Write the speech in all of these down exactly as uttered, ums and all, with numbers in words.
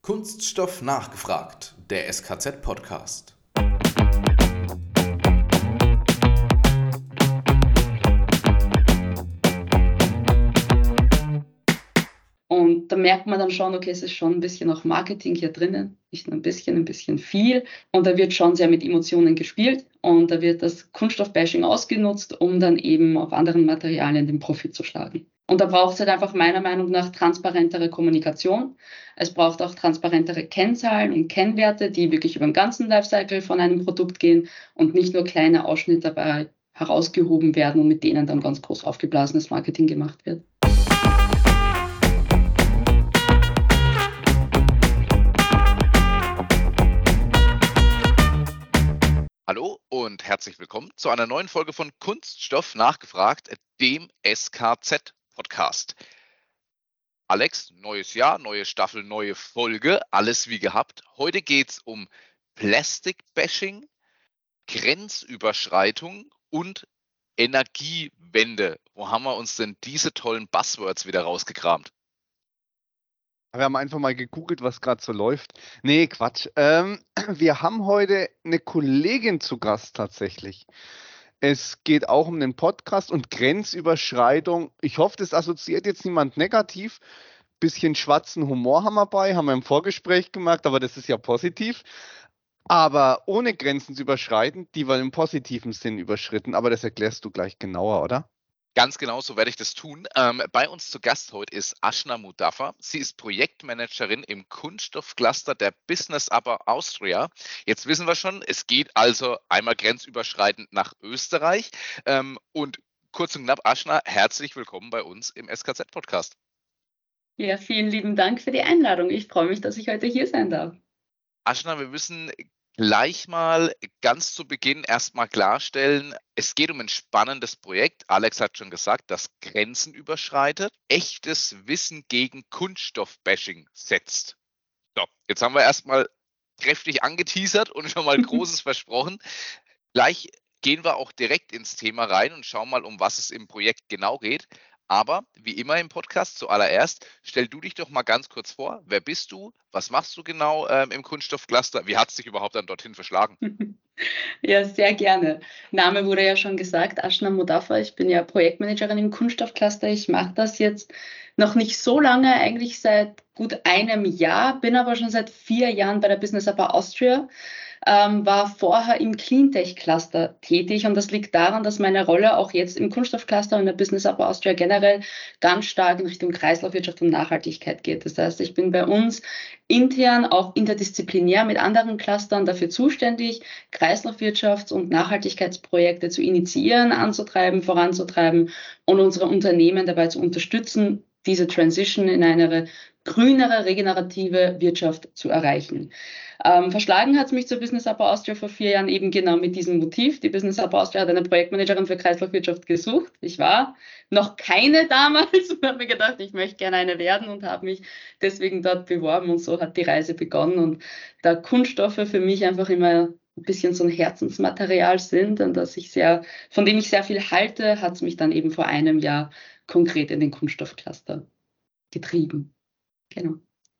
Kunststoff nachgefragt, der S K Z-Podcast. Und da merkt man dann schon, okay, es ist schon ein bisschen auch Marketing hier drinnen, nicht nur ein bisschen, ein bisschen viel. Und da wird schon sehr mit Emotionen gespielt und da wird das Kunststoff-Bashing ausgenutzt, um dann eben auf anderen Materialien den Profit zu schlagen. Und da braucht es halt einfach meiner Meinung nach transparentere Kommunikation. Es braucht auch transparentere Kennzahlen und Kennwerte, die wirklich über den ganzen Lifecycle von einem Produkt gehen und nicht nur kleine Ausschnitte dabei herausgehoben werden und mit denen dann ganz groß aufgeblasenes Marketing gemacht wird. Hallo und herzlich willkommen zu einer neuen Folge von Kunststoff nachgefragt, dem S K Z-Podcast. Alex, neues Jahr, neue Staffel, neue Folge, alles wie gehabt. Heute geht es um Plastic-Bashing, Grenzüberschreitung und Energiewende. Wo haben wir uns denn diese tollen Buzzwords wieder rausgekramt? Wir haben einfach mal gegoogelt, was gerade so läuft. Nee, Quatsch. Ähm, wir haben heute eine Kollegin zu Gast tatsächlich. Es geht auch um den Podcast und Grenzüberschreitung. Ich hoffe, das assoziiert jetzt niemand negativ. Bisschen schwarzen Humor haben wir bei, haben wir im Vorgespräch gemerkt, aber das ist ja positiv. Aber ohne Grenzen zu überschreiten, die wir im positiven Sinn überschritten. Aber das erklärst du gleich genauer, oder? Ganz genau, so werde ich das tun. Ähm, bei uns zu Gast heute ist Ashna Mudafa. Sie ist Projektmanagerin im Kunststoffcluster der Business Upper Austria. Jetzt wissen wir schon, es geht also einmal grenzüberschreitend nach Österreich. Ähm, und kurz und knapp, Ashna, herzlich willkommen bei uns im S K Z-Podcast. Ja, vielen lieben Dank für die Einladung. Ich freue mich, dass ich heute hier sein darf. Ashna, wir müssen gleich mal ganz zu Beginn erstmal klarstellen, es geht um ein spannendes Projekt. Alex hat schon gesagt, das Grenzen überschreitet, echtes Wissen gegen Kunststoff-Bashing setzt. So, jetzt haben wir erstmal kräftig angeteasert und schon mal Großes versprochen. Gleich gehen wir auch direkt ins Thema rein und schauen mal, um was es im Projekt genau geht. Aber wie immer im Podcast zuallererst, stell du dich doch mal ganz kurz vor. Wer bist du? Was machst du genau ähm, im Kunststoffcluster? Wie hat es dich überhaupt dann dorthin verschlagen? Ja, sehr gerne. Name wurde ja schon gesagt, Ashna Mudafa. Ich bin ja Projektmanagerin im Kunststoffcluster. Ich mache das jetzt noch nicht so lange, eigentlich seit gut einem Jahr, bin aber schon seit vier Jahren bei der Business Upper Austria. Ähm, war vorher im Cleantech-Cluster tätig und das liegt daran, dass meine Rolle auch jetzt im Kunststoff-Cluster und der Business Upper Austria generell ganz stark in Richtung Kreislaufwirtschaft und Nachhaltigkeit geht. Das heißt, ich bin bei uns intern auch interdisziplinär mit anderen Clustern dafür zuständig, Kreislaufwirtschafts- und Nachhaltigkeitsprojekte zu initiieren, anzutreiben, voranzutreiben und unsere Unternehmen dabei zu unterstützen, diese Transition in eine grünere, regenerative Wirtschaft zu erreichen. Ähm, verschlagen hat es mich zur Business Upper Austria vor vier Jahren eben genau mit diesem Motiv. Die Business Upper Austria hat eine Projektmanagerin für Kreislaufwirtschaft gesucht. Ich war noch keine damals und habe mir gedacht, ich möchte gerne eine werden und habe mich deswegen dort beworben und so hat die Reise begonnen. Und da Kunststoffe für mich einfach immer ein bisschen so ein Herzensmaterial sind und dass ich sehr, von dem ich sehr viel halte, hat es mich dann eben vor einem Jahr konkret in den Kunststoffcluster getrieben. Genau.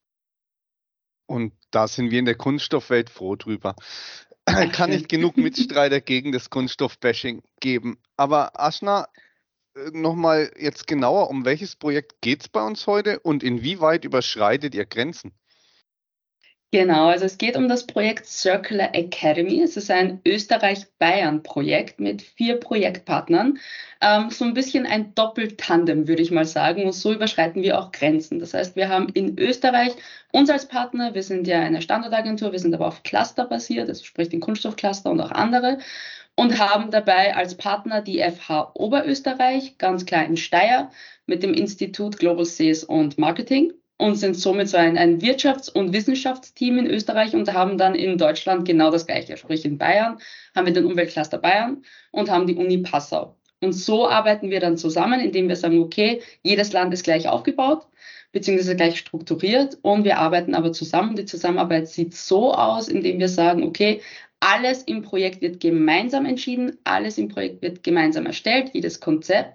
Und da sind wir in der Kunststoffwelt froh drüber. Ach, Kann schön. nicht genug Mitstreiter gegen das Kunststoff-Bashing geben. Aber Ashna, nochmal jetzt genauer, um welches Projekt geht es bei uns heute und inwieweit überschreitet ihr Grenzen? Genau, also es geht um das Projekt Circular Academy. Es ist ein Österreich-Bayern-Projekt mit vier Projektpartnern. Ähm, so ein bisschen ein Doppeltandem, würde ich mal sagen. Und so überschreiten wir auch Grenzen. Das heißt, wir haben in Österreich uns als Partner, wir sind ja eine Standortagentur, wir sind aber auf Cluster basiert, also sprich den Kunststoffcluster und auch andere. Und haben dabei als Partner die F H Oberösterreich, ganz klar in Steyr, mit dem Institut Global Sales und Marketing. Und sind somit so ein, ein Wirtschafts- und Wissenschaftsteam in Österreich und haben dann in Deutschland genau das Gleiche. Sprich in Bayern haben wir den Umweltcluster Bayern und haben die Uni Passau. Und so arbeiten wir dann zusammen, indem wir sagen, okay, jedes Land ist gleich aufgebaut, beziehungsweise gleich strukturiert und wir arbeiten aber zusammen. Die Zusammenarbeit sieht so aus, indem wir sagen, okay, alles im Projekt wird gemeinsam entschieden, alles im Projekt wird gemeinsam erstellt, jedes Konzept.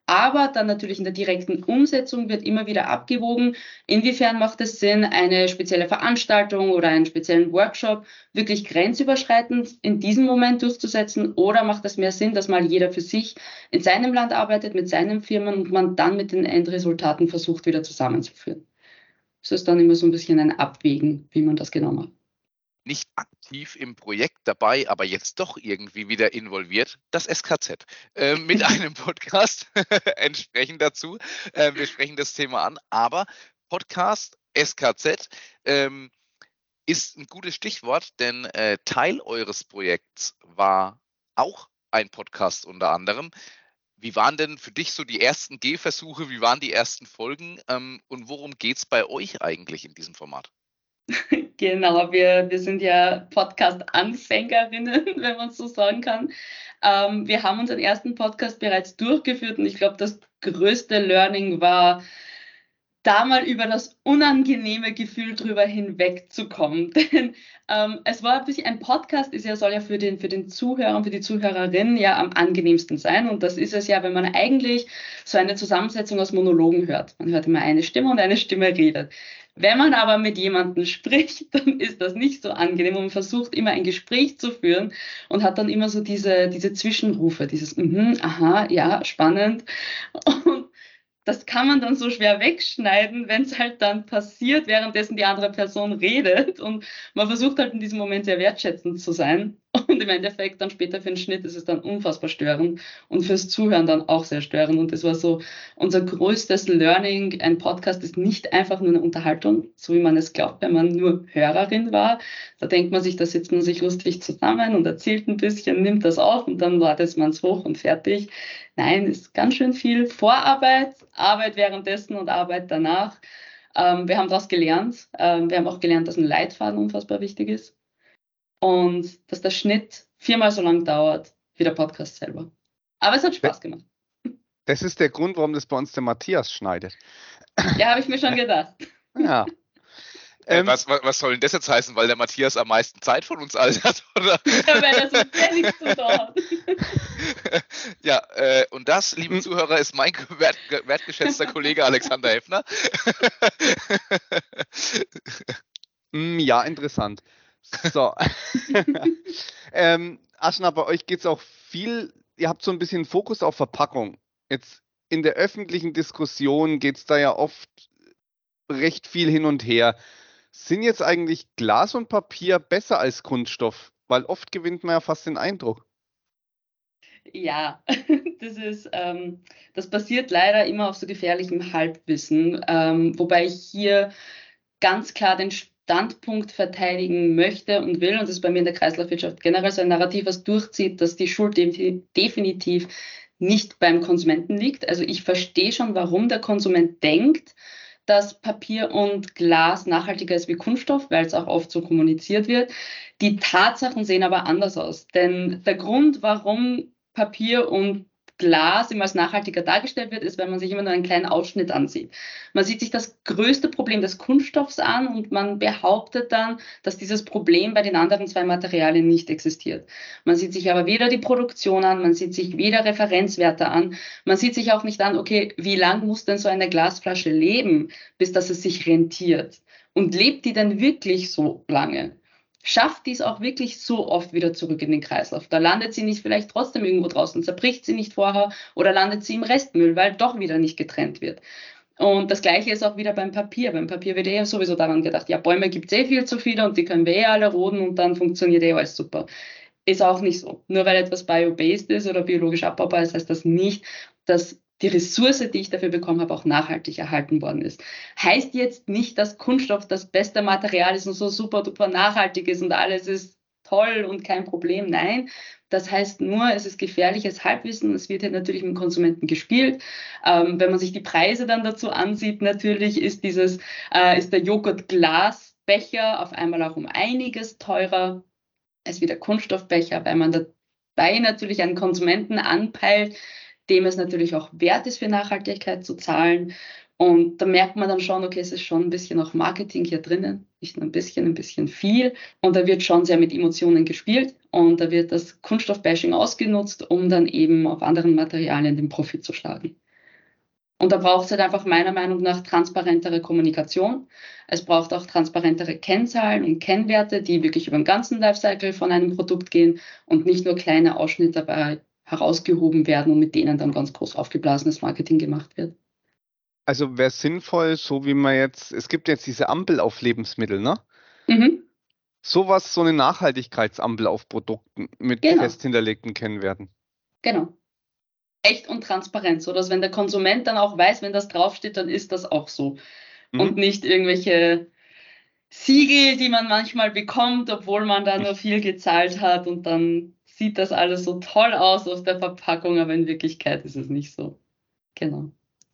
Aber dann natürlich in der direkten Umsetzung wird immer wieder abgewogen, inwiefern macht es Sinn, eine spezielle Veranstaltung oder einen speziellen Workshop wirklich grenzüberschreitend in diesem Moment durchzusetzen, oder macht es mehr Sinn, dass mal jeder für sich in seinem Land arbeitet, mit seinen Firmen und man dann mit den Endresultaten versucht, wieder zusammenzuführen. Es ist dann immer so ein bisschen ein Abwägen, wie man das genau macht. Nicht aktiv im Projekt dabei, aber jetzt doch irgendwie wieder involviert, das S K Z äh, mit einem Podcast entsprechend dazu. Äh, wir sprechen das Thema an, aber Podcast S K Z ähm, ist ein gutes Stichwort, denn äh, Teil eures Projekts war auch ein Podcast unter anderem. Wie waren denn für dich so die ersten Gehversuche, wie waren die ersten Folgen ähm, und worum geht es bei euch eigentlich in diesem Format? Genau, wir, wir sind ja Podcast-Anfängerinnen, wenn man es so sagen kann. Ähm, wir haben unseren ersten Podcast bereits durchgeführt und ich glaube, das größte Learning war, da mal über das unangenehme Gefühl drüber hinwegzukommen. Denn ähm, es war ein bisschen, ein Podcast ist ja, soll ja für den, für den Zuhörer und für die Zuhörerin ja am angenehmsten sein. Und das ist es ja, wenn man eigentlich so eine Zusammensetzung aus Monologen hört. Man hört immer eine Stimme und eine Stimme redet. Wenn man aber mit jemandem spricht, dann ist das nicht so angenehm und man versucht immer ein Gespräch zu führen und hat dann immer so diese, diese Zwischenrufe, dieses mhm, aha, ja, spannend. Und das kann man dann so schwer wegschneiden, wenn es halt dann passiert, währenddessen die andere Person redet. Und man versucht halt in diesem Moment sehr wertschätzend zu sein. Und im Endeffekt dann später für den Schnitt ist es dann unfassbar störend und fürs Zuhören dann auch sehr störend. Und das war so unser größtes Learning. Ein Podcast ist nicht einfach nur eine Unterhaltung, so wie man es glaubt, wenn man nur Hörerin war. Da denkt man sich, da sitzt man sich lustig zusammen und erzählt ein bisschen, nimmt das auf und dann ladet man es hoch und fertig. Nein, ist ganz schön viel Vorarbeit, Arbeit währenddessen und Arbeit danach. Ähm, wir haben daraus gelernt. Ähm, wir haben auch gelernt, dass ein Leitfaden unfassbar wichtig ist. Und dass der Schnitt viermal so lang dauert wie der Podcast selber. Aber es hat Spaß gemacht. Das ist der Grund, warum das bei uns der Matthias schneidet. Ja, habe ich mir schon gedacht. Ja. Ähm, was, was, was soll denn das jetzt heißen, weil der Matthias am meisten Zeit von uns allen hat, oder? Ja, weil er so wenig zu tun hat. Ja, äh, und das, liebe Zuhörer, ist mein wert, wertgeschätzter Kollege Alexander Heffner. Ja, interessant. So. ähm, Aschna, bei euch geht es auch viel, ihr habt so ein bisschen Fokus auf Verpackung. Jetzt in der öffentlichen Diskussion geht es da ja oft recht viel hin und her. Sind jetzt eigentlich Glas und Papier besser als Kunststoff? Weil oft gewinnt man ja fast den Eindruck. Ja, das ist, ähm, das basiert leider immer auf so gefährlichem Halbwissen, ähm, wobei ich hier ganz klar den Standpunkt verteidigen möchte und will, und das ist bei mir in der Kreislaufwirtschaft generell so ein Narrativ, was durchzieht, dass die Schuld definitiv nicht beim Konsumenten liegt. Also ich verstehe schon, warum der Konsument denkt, dass Papier und Glas nachhaltiger ist wie Kunststoff, weil es auch oft so kommuniziert wird. Die Tatsachen sehen aber anders aus, denn der Grund, warum Papier und Glas immer als nachhaltiger dargestellt wird, ist, wenn man sich immer nur einen kleinen Ausschnitt ansieht. Man sieht sich das größte Problem des Kunststoffs an und man behauptet dann, dass dieses Problem bei den anderen zwei Materialien nicht existiert. Man sieht sich aber weder die Produktion an, man sieht sich weder Referenzwerte an, man sieht sich auch nicht an, okay, wie lang muss denn so eine Glasflasche leben, bis dass es sich rentiert? Und lebt die denn wirklich so lange? Schafft dies auch wirklich so oft wieder zurück in den Kreislauf? Da landet sie nicht vielleicht trotzdem irgendwo draußen, zerbricht sie nicht vorher oder landet sie im Restmüll, weil doch wieder nicht getrennt wird. Und das Gleiche ist auch wieder beim Papier. Beim Papier wird eh sowieso daran gedacht, ja, Bäume gibt es eh viel zu viele und die können wir eh alle roden und dann funktioniert eh alles super. Ist auch nicht so. Nur weil etwas bio-based ist oder biologisch abbaubar ist, heißt das nicht, dass die Ressource, die ich dafür bekommen habe, auch nachhaltig erhalten worden ist. Heißt jetzt nicht, dass Kunststoff das beste Material ist und so super duper nachhaltig ist und alles ist toll und kein Problem. Nein, das heißt nur, es ist gefährliches Halbwissen. Es wird ja natürlich mit dem Konsumenten gespielt. Ähm, wenn man sich die Preise dann dazu ansieht, natürlich ist dieses, äh, ist der Joghurt-Glasbecher auf einmal auch um einiges teurer als wie der Kunststoffbecher, weil man dabei natürlich einen Konsumenten anpeilt, dem es natürlich auch wert ist, für Nachhaltigkeit zu zahlen. Und da merkt man dann schon, okay, es ist schon ein bisschen auch Marketing hier drinnen. Nicht nur ein bisschen, ein bisschen viel. Und da wird schon sehr mit Emotionen gespielt. Und da wird das Kunststoffbashing ausgenutzt, um dann eben auf anderen Materialien den Profit zu schlagen. Und da braucht es halt einfach meiner Meinung nach transparentere Kommunikation. Es braucht auch transparentere Kennzahlen und Kennwerte, die wirklich über den ganzen Lifecycle von einem Produkt gehen und nicht nur kleine Ausschnitte dabei herausgehoben werden und mit denen dann ganz groß aufgeblasenes Marketing gemacht wird. Also wäre sinnvoll, so wie man jetzt, es gibt jetzt diese Ampel auf Lebensmittel, ne? Mhm, Sowas, so eine Nachhaltigkeitsampel auf Produkten mit genau, fest hinterlegten Kennwerten. genau. Echt und transparent, so dass wenn der Konsument dann auch weiß, wenn das draufsteht, dann ist das auch so. Und Mhm. nicht irgendwelche Siegel, die man manchmal bekommt, obwohl man da nur viel gezahlt hat und dann sieht das alles so toll aus auf der Verpackung, aber in Wirklichkeit ist es nicht so. Genau.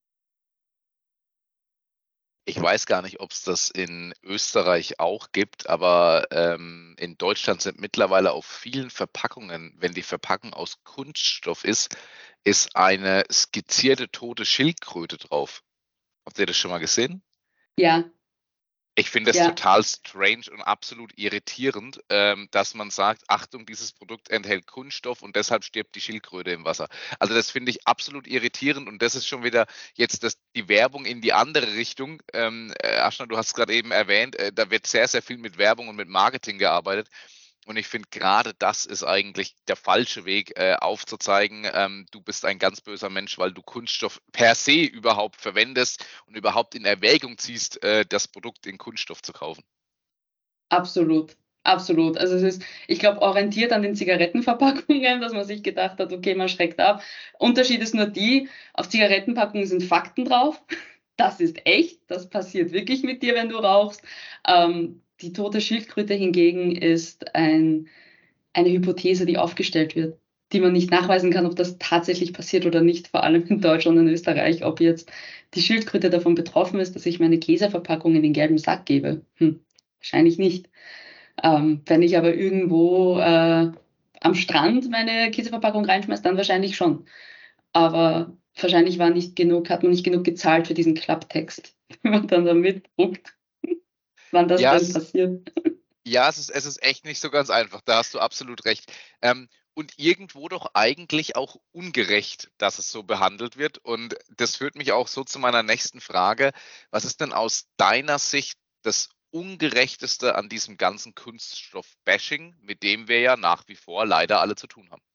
Ich weiß gar nicht, ob es das in Österreich auch gibt, aber ähm, in Deutschland sind mittlerweile auf vielen Verpackungen, wenn die Verpackung aus Kunststoff ist, ist eine skizzierte tote Schildkröte drauf. Habt ihr das schon mal gesehen? Ja, Ich finde es ja, total strange und absolut irritierend, ähm, dass man sagt, Achtung, dieses Produkt enthält Kunststoff und deshalb stirbt die Schildkröte im Wasser. Also das finde ich absolut irritierend und das ist schon wieder jetzt das, die Werbung in die andere Richtung. Ähm, äh, Aschna, du hast es gerade eben erwähnt, äh, da wird sehr, sehr viel mit Werbung und mit Marketing gearbeitet. Und ich finde, gerade das ist eigentlich der falsche Weg, äh, aufzuzeigen, ähm, du bist ein ganz böser Mensch, weil du Kunststoff per se überhaupt verwendest und überhaupt in Erwägung ziehst, äh, das Produkt in Kunststoff zu kaufen. absolut. Absolut. Also es ist, ich glaube, orientiert an den Zigarettenverpackungen, dass man sich gedacht hat, okay, man schreckt ab. Unterschied ist nur die, auf Zigarettenpackungen sind Fakten drauf. Das ist echt, das passiert wirklich mit dir, wenn du rauchst. Ähm, die tote Schildkröte hingegen ist ein, eine Hypothese, die aufgestellt wird, die man nicht nachweisen kann, ob das tatsächlich passiert oder nicht, vor allem in Deutschland und in Österreich, ob jetzt die Schildkröte davon betroffen ist, dass ich meine Gläserverpackung in den gelben Sack gebe. Hm, wahrscheinlich nicht. Ähm, wenn ich aber irgendwo äh, am Strand meine Käseverpackung reinschmeiße, dann wahrscheinlich schon. Aber wahrscheinlich war nicht genug, hat man nicht genug gezahlt für diesen Klapptext, wenn man dann da mitdruckt, wann das Ja, denn es, passiert. ja, es ist, es ist echt nicht so ganz einfach. Da hast du absolut recht. Ähm, und irgendwo doch eigentlich auch ungerecht, dass es so behandelt wird. Und das führt mich auch so zu meiner nächsten Frage. Was ist denn aus deiner Sicht das Ungerechteste an diesem ganzen Kunststoff-Bashing, mit dem wir ja nach wie vor leider alle zu tun haben?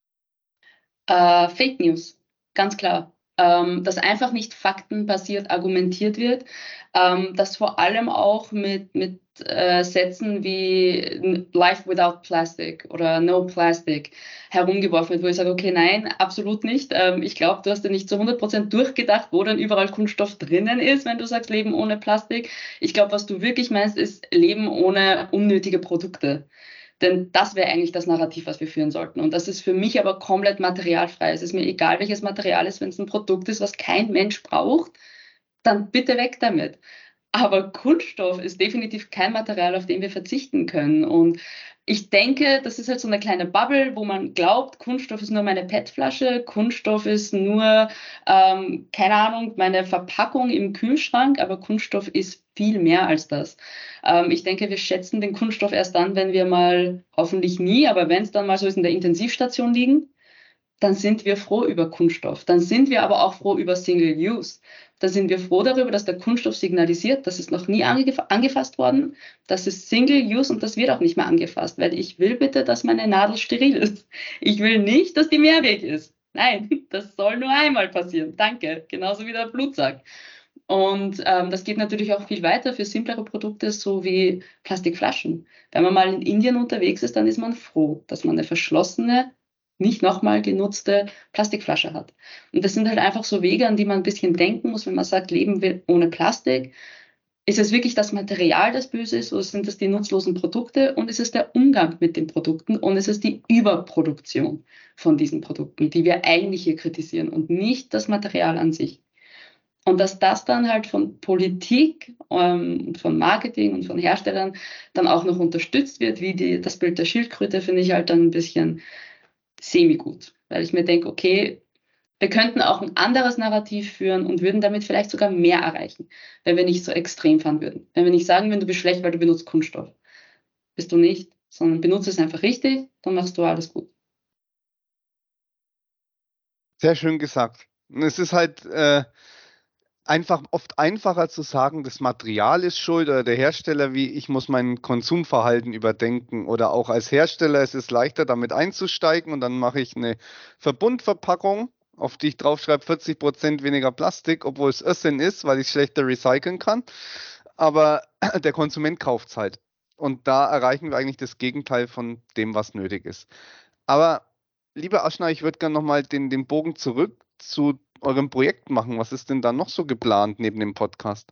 Äh, Fake News, ganz klar. Ähm, dass einfach nicht faktenbasiert argumentiert wird, ähm, dass vor allem auch mit, mit äh, Sätzen wie Life without Plastic oder No Plastic herumgeworfen wird, wo ich sage, okay, nein, absolut nicht. Ähm, ich glaube, du hast ja nicht zu hundert Prozent durchgedacht, wo dann überall Kunststoff drinnen ist, wenn du sagst Leben ohne Plastik. Ich glaube, was du wirklich meinst, ist Leben ohne unnötige Produkte. Denn das wäre eigentlich das Narrativ, was wir führen sollten. Und das ist für mich aber komplett materialfrei. Es ist mir egal, welches Material ist, wenn es ein Produkt ist, was kein Mensch braucht, dann bitte weg damit. Aber Kunststoff ist definitiv kein Material, auf dem wir verzichten können. Und ich denke, das ist halt so eine kleine Bubble, wo man glaubt, Kunststoff ist nur meine P E T-Flasche, Kunststoff ist nur, ähm, keine Ahnung, meine Verpackung im Kühlschrank, aber Kunststoff ist viel mehr als das. Ähm, ich denke, wir schätzen den Kunststoff erst dann, wenn wir mal, hoffentlich nie, aber wenn es dann mal so ist, in der Intensivstation liegen, dann sind wir froh über Kunststoff. Dann sind wir aber auch froh über Single Use. Da sind wir froh darüber, dass der Kunststoff signalisiert, das ist noch nie angef angefasst worden, das ist Single Use und das wird auch nicht mehr angefasst, weil ich will bitte, dass meine Nadel steril ist. Ich will nicht, dass die Mehrweg ist. Nein, das soll nur einmal passieren. Danke. Genauso wie der Blutsack. Und ähm, das geht natürlich auch viel weiter für simplere Produkte, so wie Plastikflaschen. Wenn man mal in Indien unterwegs ist, dann ist man froh, dass man eine verschlossene, nicht nochmal genutzte Plastikflasche hat. Und das sind halt einfach so Wege, an die man ein bisschen denken muss, wenn man sagt, leben wir ohne Plastik. Ist es wirklich das Material, das böse ist, oder sind es die nutzlosen Produkte? Und ist es der Umgang mit den Produkten? Und ist es die Überproduktion von diesen Produkten, die wir eigentlich hier kritisieren und nicht das Material an sich? Und dass das dann halt von Politik, ähm, von Marketing und von Herstellern dann auch noch unterstützt wird, wie die, das Bild der Schildkröte, finde ich halt dann ein bisschen semi-gut. Weil ich mir denke, okay, wir könnten auch ein anderes Narrativ führen und würden damit vielleicht sogar mehr erreichen, wenn wir nicht so extrem fahren würden. Wenn wir nicht sagen würden, du bist schlecht, weil du benutzt Kunststoff. Bist du nicht, sondern benutze es einfach richtig, dann machst du alles gut. Sehr schön gesagt. Und es ist halt, äh, einfach oft einfacher zu sagen, das Material ist schuld oder der Hersteller, wie ich muss mein Konsumverhalten überdenken. Oder auch als Hersteller ist es leichter, damit einzusteigen und dann mache ich eine Verbundverpackung, auf die ich draufschreibe vierzig Prozent weniger Plastik, obwohl es Irrsinn ist, weil ich schlechter recyceln kann. Aber der Konsument kauft es halt. Und da erreichen wir eigentlich das Gegenteil von dem, was nötig ist. Aber lieber Aschna, ich würde gerne nochmal den, den Bogen zurück zu eurem Projekt machen. Was ist denn da noch so geplant neben dem Podcast?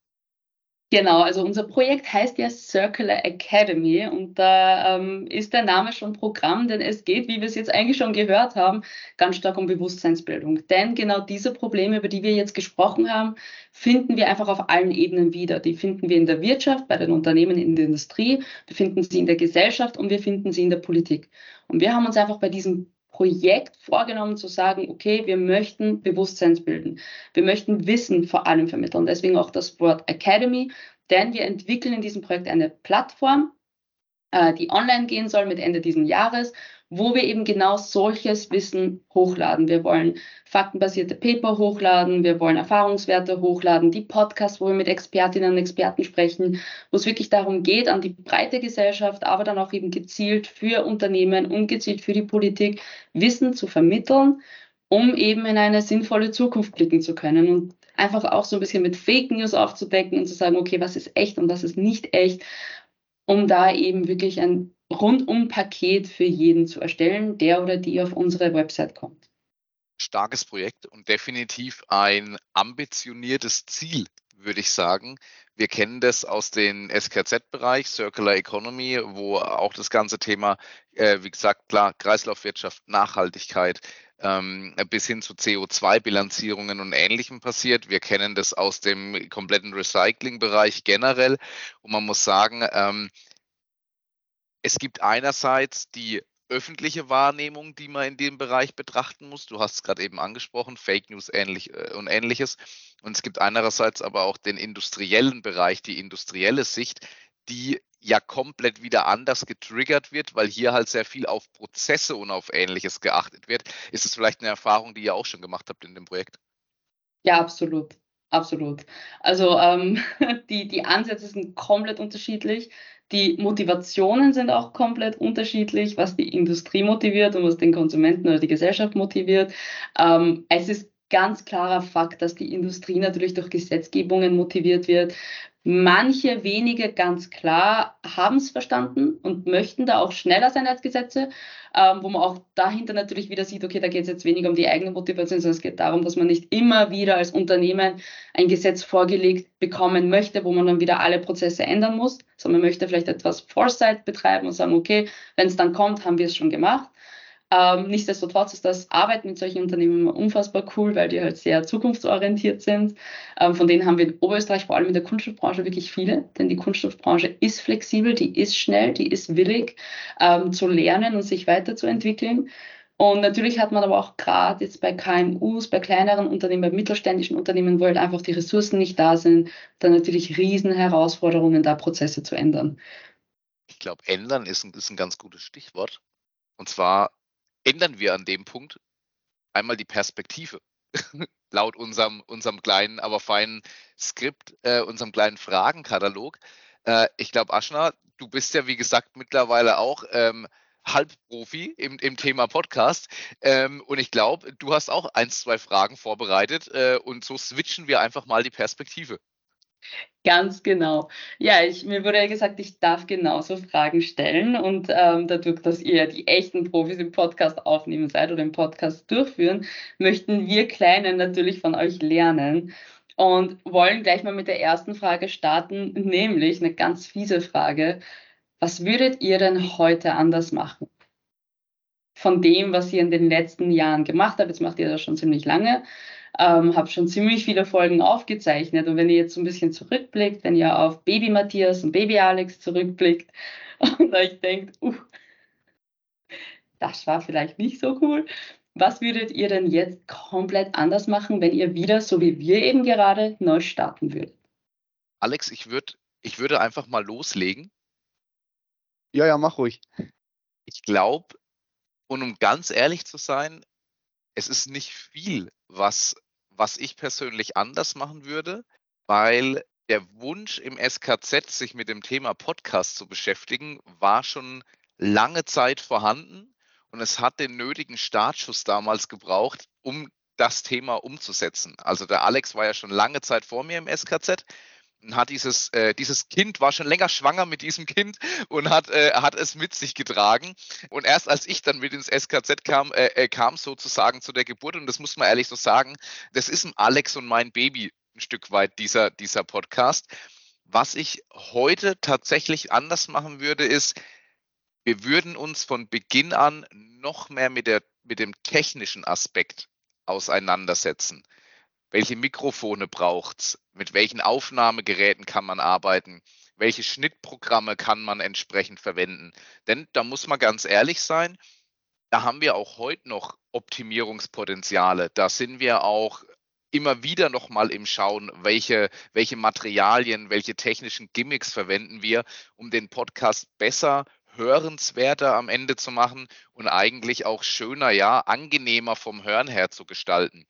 Genau, also unser Projekt heißt ja Circular Academy und da ähm, ist der Name schon Programm, denn es geht, wie wir es jetzt eigentlich schon gehört haben, ganz stark um Bewusstseinsbildung. Denn genau diese Probleme, über die wir jetzt gesprochen haben, finden wir einfach auf allen Ebenen wieder. Die finden wir in der Wirtschaft, bei den Unternehmen, in der Industrie, wir finden sie in der Gesellschaft und wir finden sie in der Politik. Und wir haben uns einfach bei diesem Projekt vorgenommen zu sagen, okay, wir möchten Bewusstseinsbilden. Wir möchten Wissen vor allem vermitteln. Deswegen auch das Wort Academy, denn wir entwickeln in diesem Projekt eine Plattform, äh, die online gehen soll mit Ende dieses Jahres, wo wir eben genau solches Wissen hochladen. Wir wollen faktenbasierte Paper hochladen, wir wollen Erfahrungswerte hochladen, die Podcasts, wo wir mit Expertinnen und Experten sprechen, wo es wirklich darum geht, an die breite Gesellschaft, aber dann auch eben gezielt für Unternehmen und gezielt für die Politik Wissen zu vermitteln, um eben in eine sinnvolle Zukunft blicken zu können und einfach auch so ein bisschen mit Fake News aufzudecken und zu sagen, okay, was ist echt und was ist nicht echt, um da eben wirklich ein Rundum-Paket für jeden zu erstellen, der oder die auf unsere Website kommt. Starkes Projekt und definitiv ein ambitioniertes Ziel, würde ich sagen. Wir kennen das aus dem S K Z-Bereich, Circular Economy, wo auch das ganze Thema, äh, wie gesagt, klar, Kreislaufwirtschaft, Nachhaltigkeit, ähm, bis hin zu C O zwei Bilanzierungen und Ähnlichem passiert. Wir kennen das aus dem kompletten Recycling-Bereich generell. Und man muss sagen, ähm, es gibt einerseits die öffentliche Wahrnehmung, die man in dem Bereich betrachten muss. Du hast es gerade eben angesprochen, Fake News ähnlich, äh, und Ähnliches. Und es gibt einerseits aber auch den industriellen Bereich, die industrielle Sicht, die ja komplett wieder anders getriggert wird, weil hier halt sehr viel auf Prozesse und auf Ähnliches geachtet wird. Ist es vielleicht eine Erfahrung, die ihr auch schon gemacht habt in dem Projekt? Ja, absolut. Absolut. Also ähm, die, die Ansätze sind komplett unterschiedlich. Die Motivationen sind auch komplett unterschiedlich, was die Industrie motiviert und was den Konsumenten oder die Gesellschaft motiviert. Ähm, es ist ganz klarer Fakt, dass die Industrie natürlich durch Gesetzgebungen motiviert wird. Manche wenige, ganz klar, haben es verstanden und möchten da auch schneller sein als Gesetze, ähm, wo man auch dahinter natürlich wieder sieht, okay, da geht es jetzt weniger um die eigene Motivation, sondern es geht darum, dass man nicht immer wieder als Unternehmen ein Gesetz vorgelegt bekommen möchte, wo man dann wieder alle Prozesse ändern muss, sondern man möchte vielleicht etwas Foresight betreiben und sagen, okay, wenn es dann kommt, haben wir es schon gemacht. Ähm, nichtsdestotrotz ist das Arbeiten mit solchen Unternehmen immer unfassbar cool, weil die halt sehr zukunftsorientiert sind. Ähm, von denen haben wir in Oberösterreich, vor allem in der Kunststoffbranche, wirklich viele, denn die Kunststoffbranche ist flexibel, die ist schnell, die ist willig ähm, zu lernen und sich weiterzuentwickeln. Und natürlich hat man aber auch gerade jetzt bei K M Us, bei kleineren Unternehmen, bei mittelständischen Unternehmen, wo halt einfach die Ressourcen nicht da sind, dann natürlich riesen Herausforderungen, da Prozesse zu ändern. Ich glaube, ändern ist ein, ist ein ganz gutes Stichwort. Und zwar ändern wir an dem Punkt einmal die Perspektive. Laut unserem, unserem kleinen, aber feinen Skript, äh, unserem kleinen Fragenkatalog. Äh, ich glaube, Aschna, du bist ja, wie gesagt, mittlerweile auch ähm, Halbprofi im, im Thema Podcast. Ähm, und ich glaube, du hast auch ein, zwei Fragen vorbereitet. Äh, und so switchen wir einfach mal die Perspektive. Ganz genau. Ja, ich, mir wurde ja gesagt, ich darf genauso Fragen stellen und ähm, dadurch, dass ihr ja die echten Profis im Podcast aufnehmen seid oder im Podcast durchführen, möchten wir Kleinen natürlich von euch lernen und wollen gleich mal mit der ersten Frage starten, nämlich eine ganz fiese Frage. Was würdet ihr denn heute anders machen? Von dem, was ihr in den letzten Jahren gemacht habt, jetzt macht ihr das schon ziemlich lange, ähm, habe schon ziemlich viele Folgen aufgezeichnet. Und wenn ihr jetzt so ein bisschen zurückblickt, wenn ihr auf Baby Matthias und Baby Alex zurückblickt und euch denkt, uh, das war vielleicht nicht so cool, was würdet ihr denn jetzt komplett anders machen, wenn ihr wieder, so wie wir eben gerade, neu starten würdet? Alex, ich, würd, ich würde einfach mal loslegen. Ja, ja, mach ruhig. Ich glaube, und um ganz ehrlich zu sein, es ist nicht viel, was, was ich persönlich anders machen würde, weil der Wunsch im S K Z, sich mit dem Thema Podcast zu beschäftigen, war schon lange Zeit vorhanden und es hat den nötigen Startschuss damals gebraucht, um das Thema umzusetzen. Also der Alex war ja schon lange Zeit vor mir im S K Z und hat dieses, äh, dieses Kind, war schon länger schwanger mit diesem Kind und hat, äh, hat es mit sich getragen. Und erst als ich dann mit ins S K Z kam, äh, äh, kam sozusagen zu der Geburt, und das muss man ehrlich so sagen, das ist ein Alex und mein Baby ein Stück weit, dieser, dieser Podcast. Was ich heute tatsächlich anders machen würde, ist, wir würden uns von Beginn an noch mehr mit, der, mit dem technischen Aspekt auseinandersetzen. Welche Mikrofone braucht es? Mit welchen Aufnahmegeräten kann man arbeiten? Welche Schnittprogramme kann man entsprechend verwenden? Denn da muss man ganz ehrlich sein, da haben wir auch heute noch Optimierungspotenziale. Da sind wir auch immer wieder nochmal im Schauen, welche, welche Materialien, welche technischen Gimmicks verwenden wir, um den Podcast besser, hörenswerter am Ende zu machen und eigentlich auch schöner, ja, angenehmer vom Hören her zu gestalten.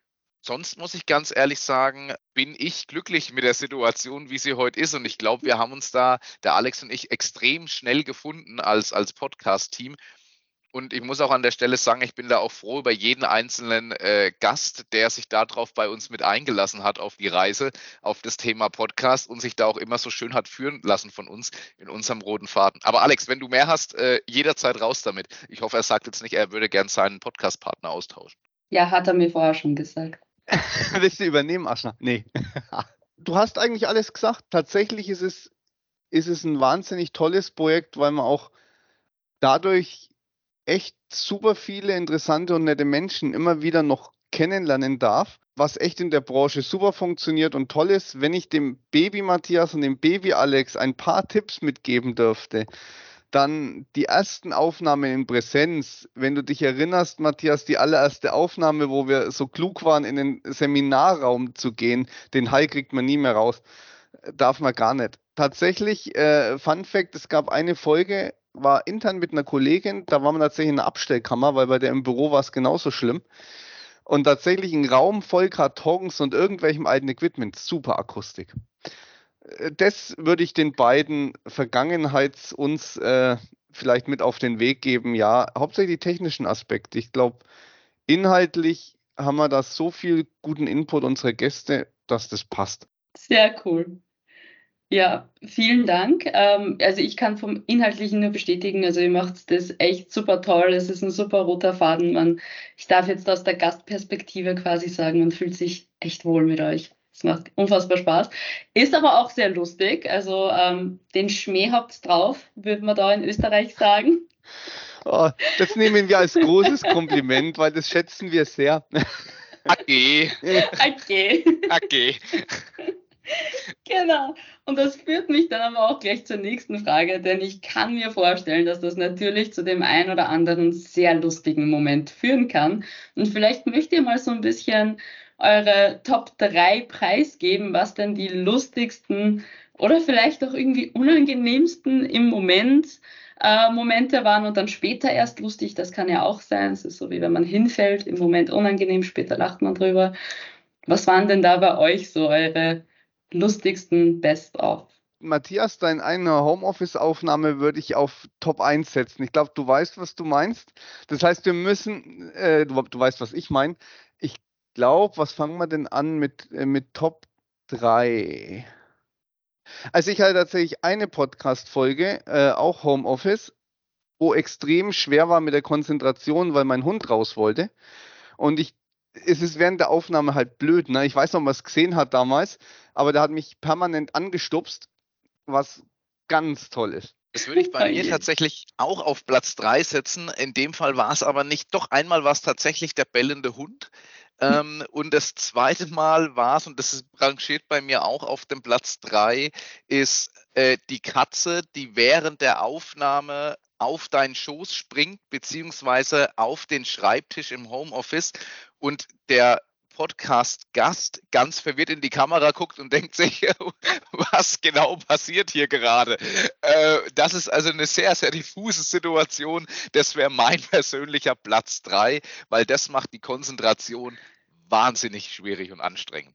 Sonst muss ich ganz ehrlich sagen, bin ich glücklich mit der Situation, wie sie heute ist. Und ich glaube, wir haben uns da, der Alex und ich, extrem schnell gefunden als, als Podcast-Team. Und ich muss auch an der Stelle sagen, ich bin da auch froh über jeden einzelnen äh, Gast, der sich darauf bei uns mit eingelassen hat, auf die Reise, auf das Thema Podcast und sich da auch immer so schön hat führen lassen von uns in unserem roten Faden. Aber Alex, wenn du mehr hast, äh, jederzeit raus damit. Ich hoffe, er sagt jetzt nicht, er würde gern seinen Podcast-Partner austauschen. Ja, hat er mir vorher schon gesagt. Willst du übernehmen, Aschna? Nee. Du hast eigentlich alles gesagt. Tatsächlich ist es, ist es ein wahnsinnig tolles Projekt, weil man auch dadurch echt super viele interessante und nette Menschen immer wieder noch kennenlernen darf, was echt in der Branche super funktioniert und toll ist. Wenn ich dem Baby Matthias und dem Baby Alex ein paar Tipps mitgeben dürfte, dann die ersten Aufnahmen in Präsenz. Wenn du dich erinnerst, Matthias, die allererste Aufnahme, wo wir so klug waren, in den Seminarraum zu gehen, den Hall kriegt man nie mehr raus. Darf man gar nicht. Tatsächlich, äh, Fun Fact, es gab eine Folge, war intern mit einer Kollegin, da war man tatsächlich in einer Abstellkammer, weil bei der im Büro war es genauso schlimm. Und tatsächlich ein Raum voll Kartons und irgendwelchem alten Equipment, super Akustik. Das würde ich den beiden Vergangenheits uns äh, vielleicht mit auf den Weg geben. Ja, hauptsächlich die technischen Aspekte. Ich glaube, inhaltlich haben wir da so viel guten Input unserer Gäste, dass das passt. Sehr cool. Ja, vielen Dank. Ähm, also ich kann vom Inhaltlichen nur bestätigen, also ihr macht das echt super toll. Es ist ein super roter Faden. Man, ich darf jetzt aus der Gastperspektive quasi sagen, man fühlt sich echt wohl mit euch. Es macht unfassbar Spaß. Ist aber auch sehr lustig. Also ähm, den Schmäh habt's drauf, würde man da in Österreich sagen. Oh, das nehmen wir als großes Kompliment, weil das schätzen wir sehr. Okay. Okay. Okay. Genau. Und das führt mich dann aber auch gleich zur nächsten Frage, denn ich kann mir vorstellen, dass das natürlich zu dem ein oder anderen sehr lustigen Moment führen kann. Und vielleicht möchtet ihr mal so ein bisschen eure Top drei preisgeben, was denn die lustigsten oder vielleicht auch irgendwie unangenehmsten im Moment äh, Momente waren und dann später erst lustig. Das kann ja auch sein. Es ist so, wie wenn man hinfällt, im Moment unangenehm, später lacht man drüber. Was waren denn da bei euch so eure lustigsten Best-of? Matthias, deine eine Homeoffice-Aufnahme würde ich auf Top eins setzen. Ich glaube, du weißt, was du meinst. Das heißt, wir müssen, äh, du, du weißt, was ich meine. Ich glaube, was fangen wir denn an mit, äh, mit Top drei? Also ich hatte tatsächlich eine Podcast-Folge, äh, auch Homeoffice, wo extrem schwer war mit der Konzentration, weil mein Hund raus wollte. Und ich es ist während der Aufnahme halt blöd, ne? Ich weiß noch, was gesehen hat damals, aber der hat mich permanent angestupst, was ganz toll ist. Das würde ich bei mir tatsächlich auch auf Platz drei setzen. In dem Fall war es aber nicht, doch einmal war es tatsächlich der bellende Hund. Ähm, und das zweite Mal war es, und das ist, rangiert bei mir auch auf dem Platz drei, ist äh, die Katze, die während der Aufnahme auf deinen Schoß springt, beziehungsweise auf den Schreibtisch im Homeoffice und der Podcast-Gast ganz verwirrt in die Kamera guckt und denkt sich, was genau passiert hier gerade? Äh, das ist also eine sehr, sehr diffuse Situation. Das wäre mein persönlicher Platz drei, weil das macht die Konzentration wahnsinnig schwierig und anstrengend.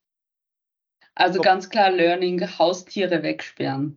Also Top. ganz klar Learning, Haustiere wegsperren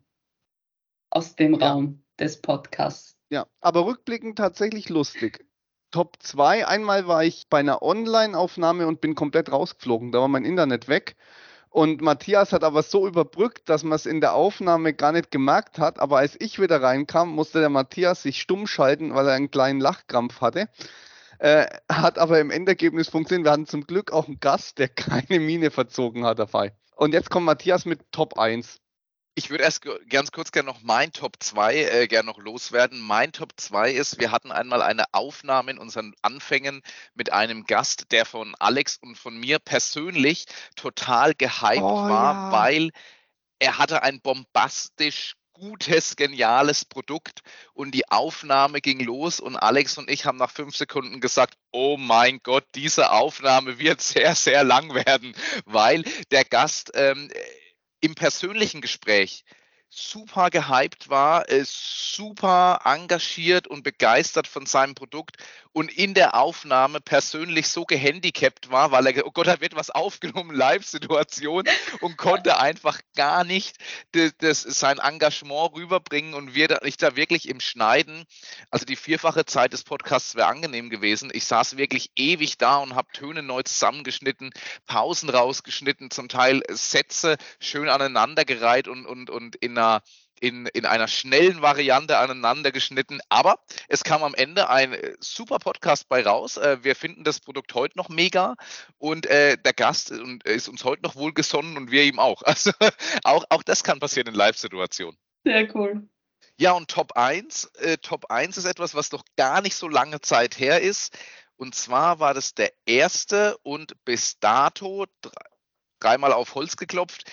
aus dem Ja. Raum des Podcasts. Ja, aber rückblickend tatsächlich lustig. Top zwei, einmal war ich bei einer Online-Aufnahme und bin komplett rausgeflogen. Da war mein Internet weg. Und Matthias hat aber so überbrückt, dass man es in der Aufnahme gar nicht gemerkt hat. Aber als ich wieder reinkam, musste der Matthias sich stumm schalten, weil er einen kleinen Lachkrampf hatte. Äh, hat aber im Endergebnis funktioniert. Wir hatten zum Glück auch einen Gast, der keine Miene verzogen hat dabei. Und jetzt kommt Matthias mit Top eins. Ich würde erst ge- ganz kurz gerne noch mein Top zwei äh, gerne noch loswerden. Mein Top zwei ist, wir hatten einmal eine Aufnahme in unseren Anfängen mit einem Gast, der von Alex und von mir persönlich total gehypt Oh, war, ja. weil er hatte ein bombastisch gutes, geniales Produkt und die Aufnahme ging los und Alex und ich haben nach fünf Sekunden gesagt, oh mein Gott, diese Aufnahme wird sehr, sehr lang werden, weil der Gast ähm, im persönlichen Gespräch super gehypt war, äh, super engagiert und begeistert von seinem Produkt und in der Aufnahme persönlich so gehandicapt war, weil er, oh Gott, da wird was aufgenommen, Live-Situation und konnte einfach gar nicht das, das, sein Engagement rüberbringen und wir da, ich da wirklich im Schneiden, also die vierfache Zeit des Podcasts wäre angenehm gewesen. Ich saß wirklich ewig da und habe Töne neu zusammengeschnitten, Pausen rausgeschnitten, zum Teil Sätze schön aneinandergereiht und, und, und in einer In, in einer schnellen Variante aneinander geschnitten. Aber es kam am Ende ein super Podcast bei raus. Wir finden das Produkt heute noch mega und äh, der Gast ist uns heute noch wohlgesonnen und wir ihm auch. Also auch, auch das kann passieren in Live-Situationen. Sehr cool. Ja, und Top eins. Äh, Top eins ist etwas, was noch gar nicht so lange Zeit her ist. Und zwar war das der erste und bis dato, drei, dreimal auf Holz geklopft,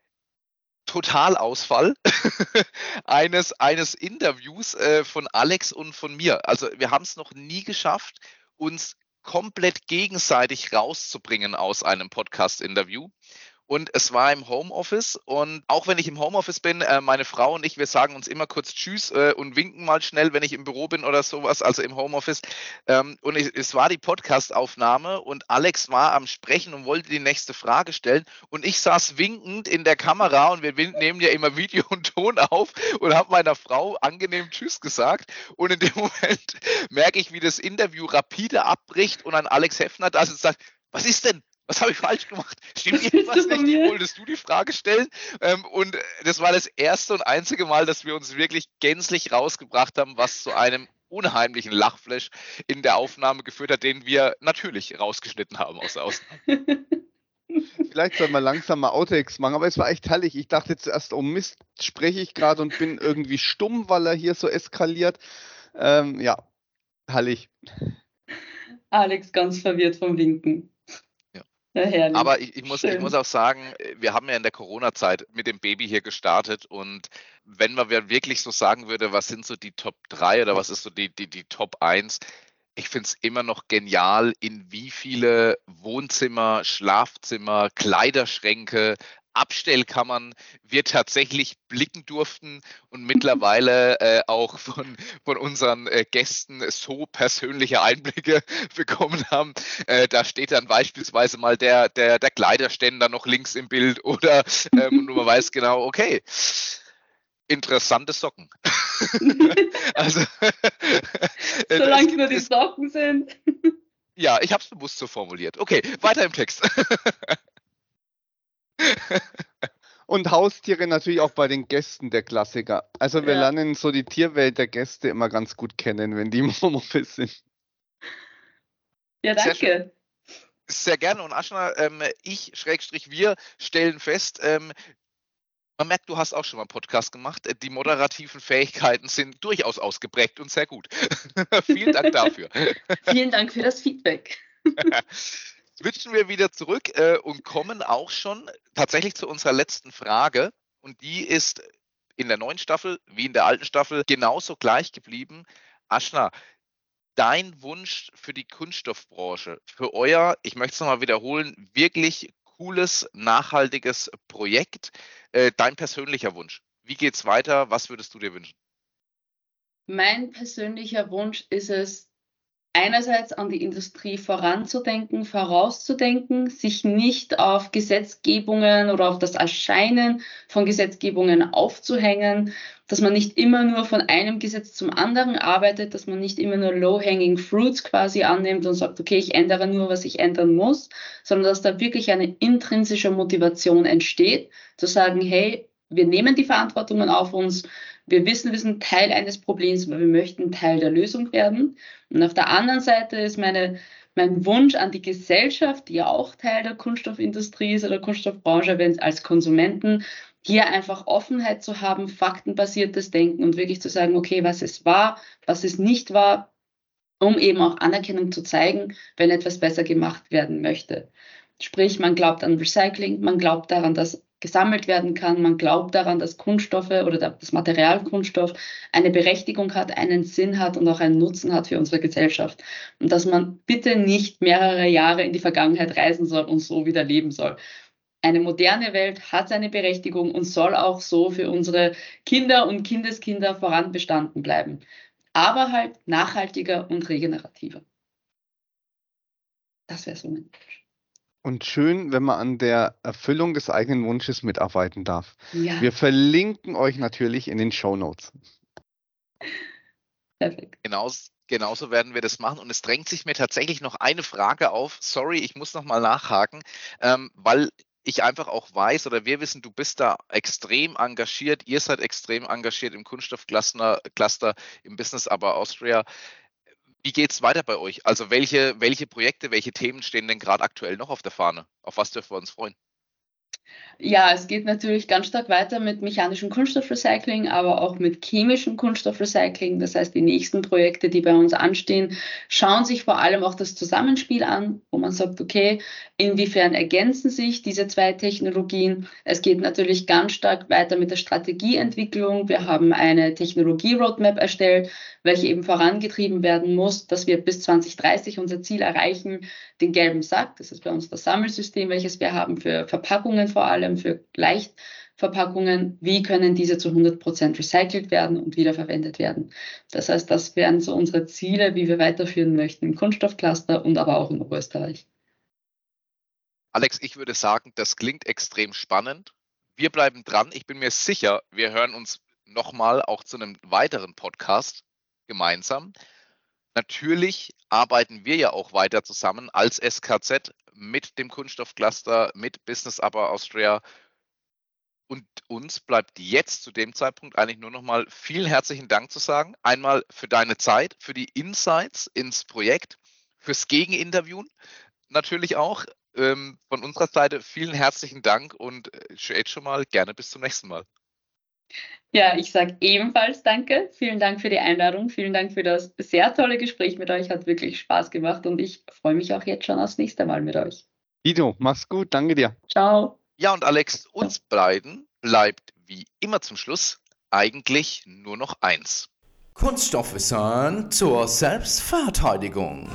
Totalausfall eines, eines Interviews äh, von Alex und von mir. Also wir haben es noch nie geschafft, uns komplett gegenseitig rauszubringen aus einem Podcast-Interview. Und es war im Homeoffice und auch wenn ich im Homeoffice bin, äh, meine Frau und ich, wir sagen uns immer kurz Tschüss äh, und winken mal schnell, wenn ich im Büro bin oder sowas, also im Homeoffice. Ähm, und ich, es war die Podcast-Aufnahme und Alex war am Sprechen und wollte die nächste Frage stellen und ich saß winkend in der Kamera und wir nehmen ja immer Video und Ton auf und habe meiner Frau angenehm Tschüss gesagt und in dem Moment merke ich, wie das Interview rapide abbricht und an Alex Heffner da ist und sagt, was ist denn? Was habe ich falsch gemacht? Stimmt irgendwas nicht? Wolltest du die Frage stellen? Ähm, und das war das erste und einzige Mal, dass wir uns wirklich gänzlich rausgebracht haben, was zu einem unheimlichen Lachflash in der Aufnahme geführt hat, den wir natürlich rausgeschnitten haben aus der Aufnahme. Vielleicht soll man langsam mal Outtakes machen, aber es war echt herrlich. Ich dachte zuerst, oh Mist, spreche ich gerade und bin irgendwie stumm, weil er hier so eskaliert. Ähm, ja, herrlich. Alex ganz verwirrt vom Winken. Ja, herrlich. Aber ich, ich, muss, ich Schön. muss auch sagen, wir haben ja in der Corona-Zeit mit dem Baby hier gestartet und wenn man wirklich so sagen würde, was sind so die Top drei oder was ist so die, die, die Top eins, ich finde es immer noch genial, in wie viele Wohnzimmer, Schlafzimmer, Kleiderschränke, Abstellkammern wir tatsächlich blicken durften und mittlerweile äh, auch von, von unseren äh, Gästen so persönliche Einblicke bekommen haben. Äh, da steht dann beispielsweise mal der, der, der Kleiderständer noch links im Bild oder ähm, und man weiß genau, okay, interessante Socken. Also, solange es nur die Socken sind. Ja, ich habe es bewusst so formuliert. Okay, weiter im Text. Und Haustiere natürlich auch bei den Gästen der Klassiker. Also wir Ja. lernen so die Tierwelt der Gäste immer ganz gut kennen, wenn die im Homeoffice sind. Ja, Sehr danke. Sehr gerne. Und Aschna, ähm, ich, Schrägstrich, wir stellen fest, ähm, man merkt, du hast auch schon mal einen Podcast gemacht. Die moderativen Fähigkeiten sind durchaus ausgeprägt und sehr gut. Vielen Dank dafür. Vielen Dank für das Feedback. Switchen wir wieder zurück äh, und kommen auch schon tatsächlich zu unserer letzten Frage. Und die ist in der neuen Staffel wie in der alten Staffel genauso gleich geblieben. Aschna, dein Wunsch für die Kunststoffbranche, für euer, ich möchte es nochmal wiederholen, wirklich cooles, nachhaltiges Projekt, äh, dein persönlicher Wunsch. Wie geht's weiter? Was würdest du dir wünschen? Mein persönlicher Wunsch ist es, einerseits an die Industrie voranzudenken, vorauszudenken, sich nicht auf Gesetzgebungen oder auf das Erscheinen von Gesetzgebungen aufzuhängen, dass man nicht immer nur von einem Gesetz zum anderen arbeitet, dass man nicht immer nur low-hanging fruits quasi annimmt und sagt, okay, ich ändere nur, was ich ändern muss, sondern dass da wirklich eine intrinsische Motivation entsteht, zu sagen, hey, wir nehmen die Verantwortungen auf uns, wir wissen, wir sind Teil eines Problems, aber wir möchten Teil der Lösung werden. Und auf der anderen Seite ist meine, mein Wunsch an die Gesellschaft, die ja auch Teil der Kunststoffindustrie ist oder Kunststoffbranche, wenn es als Konsumenten, hier einfach Offenheit zu haben, faktenbasiertes Denken und wirklich zu sagen, okay, was es war, was es nicht war, um eben auch Anerkennung zu zeigen, wenn etwas besser gemacht werden möchte. Sprich, man glaubt an Recycling, man glaubt daran, dass gesammelt werden kann, man glaubt daran, dass Kunststoffe oder das Material Kunststoff eine Berechtigung hat, einen Sinn hat und auch einen Nutzen hat für unsere Gesellschaft. Und dass man bitte nicht mehrere Jahre in die Vergangenheit reisen soll und so wieder leben soll. Eine moderne Welt hat seine Berechtigung und soll auch so für unsere Kinder und Kindeskinder voranbestanden bleiben. Aber halt nachhaltiger und regenerativer. Das wäre so mein Wunsch. Und schön, wenn man an der Erfüllung des eigenen Wunsches mitarbeiten darf. Ja, Wir verlinken euch natürlich in den Shownotes. perfekt. Genauso, genauso werden wir das machen. Und es drängt sich mir tatsächlich noch eine Frage auf. Sorry, ich muss noch mal nachhaken, ähm, weil ich einfach auch weiß oder wir wissen, du bist da extrem engagiert. Ihr seid extrem engagiert im Kunststoffcluster, Cluster, im Business Aber Austria. Wie geht es weiter bei euch? Also welche, welche Projekte, welche Themen stehen denn gerade aktuell noch auf der Fahne? Auf was dürfen wir uns freuen? Ja, es geht natürlich ganz stark weiter mit mechanischem Kunststoffrecycling, aber auch mit chemischem Kunststoffrecycling. Das heißt, die nächsten Projekte, die bei uns anstehen, schauen sich vor allem auch das Zusammenspiel an, wo man sagt, okay, inwiefern ergänzen sich diese zwei Technologien? Es geht natürlich ganz stark weiter mit der Strategieentwicklung. Wir haben eine Technologie-Roadmap erstellt, welche eben vorangetrieben werden muss, dass wir bis zwanzig dreißig unser Ziel erreichen, den gelben Sack, das ist bei uns das Sammelsystem, welches wir haben für Verpackungen vor allem, für Leichtverpackungen, wie können diese zu hundert Prozent recycelt werden und wiederverwendet werden. Das heißt, das wären so unsere Ziele, wie wir weiterführen möchten im Kunststoffcluster und aber auch in Oberösterreich. Alex, ich würde sagen, das klingt extrem spannend. Wir bleiben dran. Ich bin mir sicher, wir hören uns nochmal auch zu einem weiteren Podcast gemeinsam. Natürlich arbeiten wir ja auch weiter zusammen als S K Z mit dem Kunststoffcluster, mit Business Aber Austria. Und uns bleibt jetzt zu dem Zeitpunkt eigentlich nur noch mal vielen herzlichen Dank zu sagen. Einmal für deine Zeit, für die Insights ins Projekt, fürs Gegeninterviewen natürlich auch. Ähm, von unserer Seite vielen herzlichen Dank und jetzt schon mal gerne bis zum nächsten Mal. Ja, ich sage ebenfalls danke. Vielen Dank für die Einladung. Vielen Dank für das sehr tolle Gespräch mit euch. Hat wirklich Spaß gemacht und ich freue mich auch jetzt schon aufs nächste Mal mit euch. Guido, mach's gut. Danke dir. Ciao. Ja, und Alex, uns beiden bleibt wie immer zum Schluss eigentlich nur noch eins. Kunststoffwissen zur Selbstverteidigung.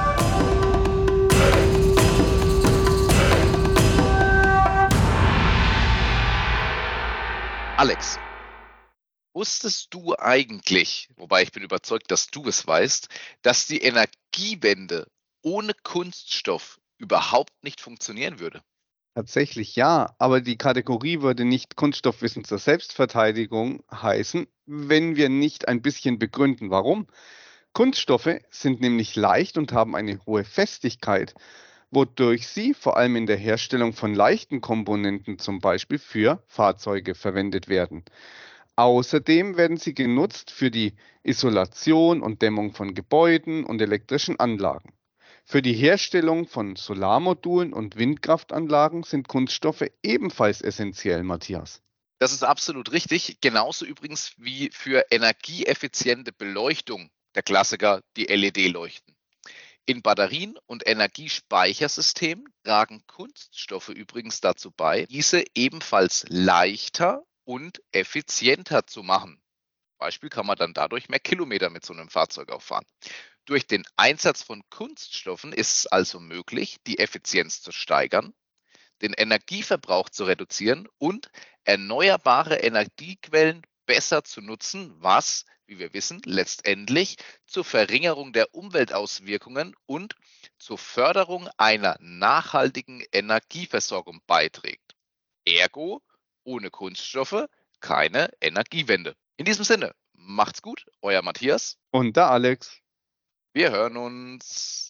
Alex, wusstest du eigentlich, wobei ich bin überzeugt, dass du es weißt, dass die Energiewende ohne Kunststoff überhaupt nicht funktionieren würde? Tatsächlich ja, aber die Kategorie würde nicht Kunststoffwissen zur Selbstverteidigung heißen, wenn wir nicht ein bisschen begründen, warum. Kunststoffe sind nämlich leicht und haben eine hohe Festigkeit, wodurch sie vor allem in der Herstellung von leichten Komponenten, zum Beispiel für Fahrzeuge, verwendet werden. Außerdem werden sie genutzt für die Isolation und Dämmung von Gebäuden und elektrischen Anlagen. Für die Herstellung von Solarmodulen und Windkraftanlagen sind Kunststoffe ebenfalls essentiell, Matthias. Das ist absolut richtig. Genauso übrigens wie für energieeffiziente Beleuchtung, der Klassiker, die L E D-Leuchten. In Batterien und Energiespeichersystemen tragen Kunststoffe übrigens dazu bei, diese ebenfalls leichter und effizienter zu machen. Beispiel kann man dann dadurch mehr Kilometer mit so einem Fahrzeug auch fahren. Durch den Einsatz von Kunststoffen ist es also möglich, die Effizienz zu steigern, den Energieverbrauch zu reduzieren und erneuerbare Energiequellen besser zu nutzen, was, wie wir wissen, letztendlich zur Verringerung der Umweltauswirkungen und zur Förderung einer nachhaltigen Energieversorgung beiträgt. Ergo, ohne Kunststoffe keine Energiewende. In diesem Sinne, macht's gut, euer Matthias. Und der Alex. Wir hören uns.